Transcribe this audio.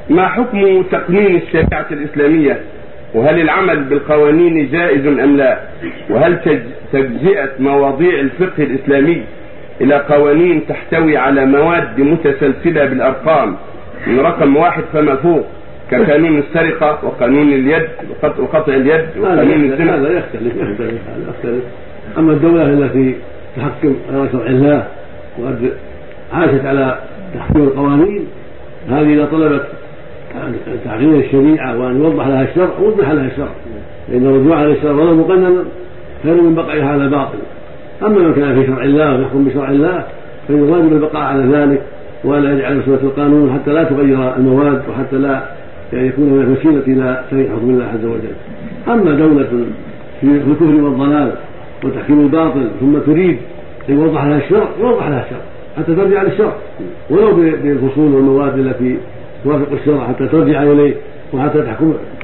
ما حكم تقنين الشريعة الإسلامية؟ وهل العمل بالقوانين جائز أم لا؟ وهل تجزئة مواضيع الفقه الإسلامي إلى قوانين تحتوي على مواد متسلسلة بالأرقام من رقم 1 فما فوق، كقانون السرقة وقانون اليد وقطع اليد وقانون الزنا؟ هذا يختلف. أما الدولة التي تحكم على شرع الله وقد عاشت على تحكيم القوانين، هذه إذا طلبت تعغير الشريعة وأن يوضح لها الشرع وضح لها الشرع، لأن الرجوع على الشرع ولا مقنن خير من بقائها على الباطل. أما من كان في شرع الله ويحكم بشرع الله فإنه واجب البقاء على ذلك ولا يجعل سورة القانون حتى لا تغير المواد وحتى لا يكون هناك وسيلة إلى تغيير حكم الله عز وجل. أما دولة في الكفر والضلال وتحكيم الباطل ثم تريد أن يوضح لها الشرع يوضح لها الشرع حتى ترجع للشرع ولو بالفصول والمواد التي توافق الشرع حتى ترجع إليه وحتى تحكم